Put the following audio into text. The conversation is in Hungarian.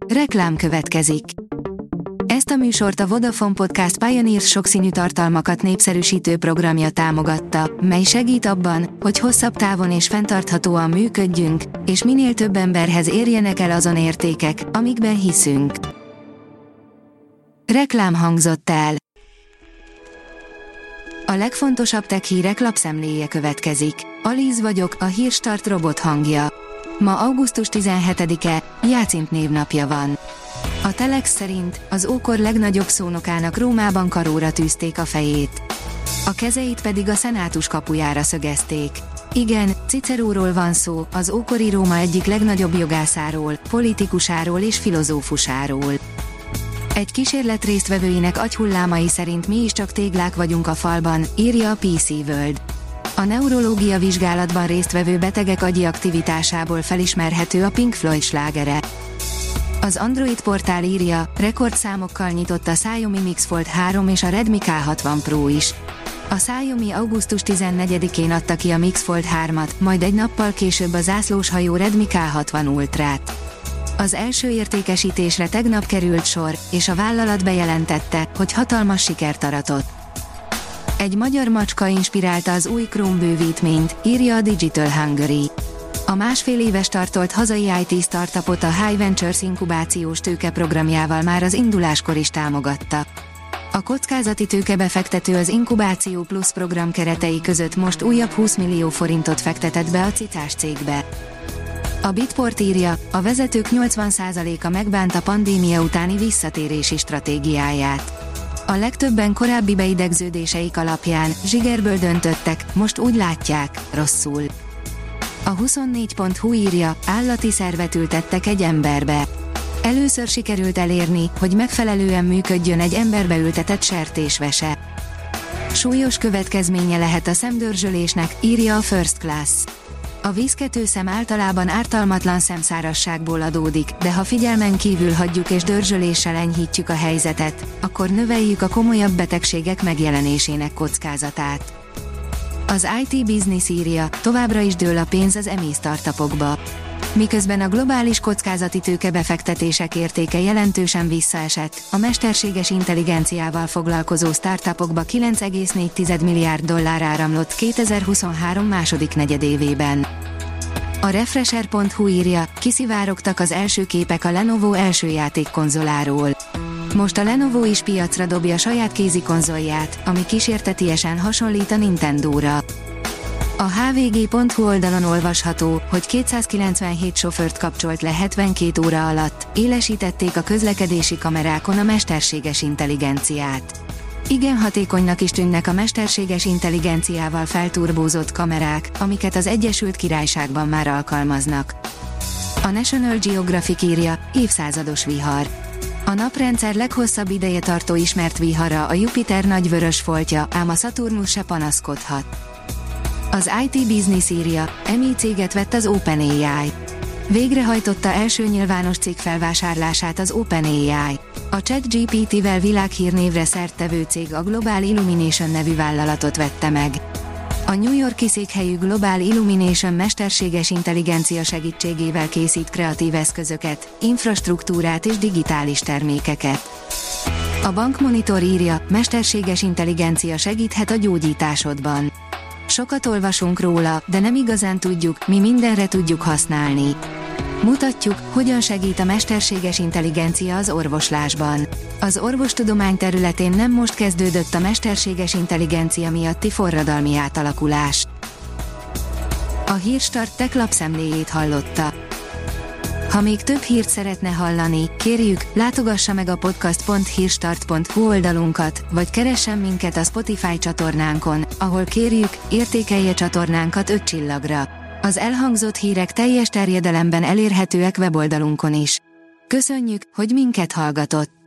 Reklám következik. Ezt a műsort a Vodafone Podcast Pioneers sokszínű tartalmakat népszerűsítő programja támogatta, mely segít abban, hogy hosszabb távon és fenntarthatóan működjünk, és minél több emberhez érjenek el azon értékek, amikben hiszünk. Reklám hangzott el. A legfontosabb tech hírek lapszemléje következik. Alíz vagyok, a Hírstart robot hangja. Ma augusztus 17-e, Jácint névnapja van. A Telex szerint az ókor legnagyobb szónokának Rómában karóra tűzték a fejét. A kezeit pedig a szenátus kapujára szögezték. Igen, Ciceróról van szó, az ókori Róma egyik legnagyobb jogászáról, politikusáról és filozófusáról. Egy kísérlet résztvevőinek agyhullámai szerint mi is csak téglák vagyunk a falban, írja a PC World. A neurológia vizsgálatban résztvevő betegek agyi aktivitásából felismerhető a Pink Floyd slágere. Az Android portál írja, rekordszámokkal nyitott a Xiaomi Mix Fold 3 és a Redmi K60 Pro is. A Xiaomi augusztus 14-én adta ki a Mix Fold 3-at, majd egy nappal később a zászlóshajó Redmi K60 Ultrát. Az első értékesítésre tegnap került sor, és a vállalat bejelentette, hogy hatalmas sikert aratott. Egy magyar macska inspirálta az új Chrome bővítményt, írja a Digital Hungary. A másfél éves tartolt hazai IT startupot a High Ventures inkubációs tőkeprogramjával már az induláskor is támogatta. A kockázati tőkebefektető az Inkubáció Plus program keretei között most újabb 20 millió forintot fektetett be a cicás cégbe. A Bitport írja, a vezetők 80%-a megbánt a pandémia utáni visszatérési stratégiáját. A legtöbben korábbi beidegződéseik alapján zsigerből döntöttek, most úgy látják, rosszul. A 24.hu írja, állati szervet ültettek egy emberbe. Először sikerült elérni, hogy megfelelően működjön egy emberbe ültetett sertésvese. Súlyos következménye lehet a szemdörzsölésnek, írja a First Class. A vízketőszem általában ártalmatlan szemszárazságból adódik, de ha figyelmen kívül hagyjuk és dörzsöléssel enyhítjük a helyzetet, akkor növeljük a komolyabb betegségek megjelenésének kockázatát. Az IT Business írja, továbbra is dől a pénz az EMI startupokba. Miközben a globális kockázati tőkebefektetések értéke jelentősen visszaesett, a mesterséges intelligenciával foglalkozó startupokba 9,4 milliárd dollár áramlott 2023 második negyedévében. A Refresher.hu írja, kiszivárogtak az első képek a Lenovo első játékkonzoláról. Most a Lenovo is piacra dobja saját kézikonzolját, ami kísértetiesen hasonlít a Nintendóra. A hvg.hu oldalon olvasható, hogy 297 sofőrt kapcsolt le 72 óra alatt, élesítették a közlekedési kamerákon a mesterséges intelligenciát. Igen hatékonynak is tűnnek a mesterséges intelligenciával felturbózott kamerák, amiket az Egyesült Királyságban már alkalmaznak. A National Geographic írja, évszázados vihar. A naprendszer leghosszabb ideje tartó ismert vihara a Jupiter nagy vörös foltja, ám a Saturnus se panaszkodhat. Az IT Business írja, EMI céget vett az OpenAI. Végrehajtotta első nyilvános cég felvásárlását az OpenAI. A ChatGPT-vel világhírnévre szerttevő cég a Global Illumination nevű vállalatot vette meg. A New York-i székhelyű Global Illumination mesterséges intelligencia segítségével készít kreatív eszközöket, infrastruktúrát és digitális termékeket. A Bankmonitor írja, mesterséges intelligencia segíthet a gyógyításodban. Sokat olvasunk róla, de nem igazán tudjuk, mi mindenre tudjuk használni. Mutatjuk, hogyan segít a mesterséges intelligencia az orvoslásban. Az orvostudomány területén nem most kezdődött a mesterséges intelligencia miatti forradalmi átalakulás. A Hírstart Tech lapszemléjét hallotta. Ha még több hírt szeretne hallani, kérjük, látogassa meg a podcast.hírstart.hu oldalunkat, vagy keressen minket a Spotify csatornánkon, ahol kérjük, értékelje csatornánkat 5 csillagra. Az elhangzott hírek teljes terjedelemben elérhetőek weboldalunkon is. Köszönjük, hogy minket hallgatott!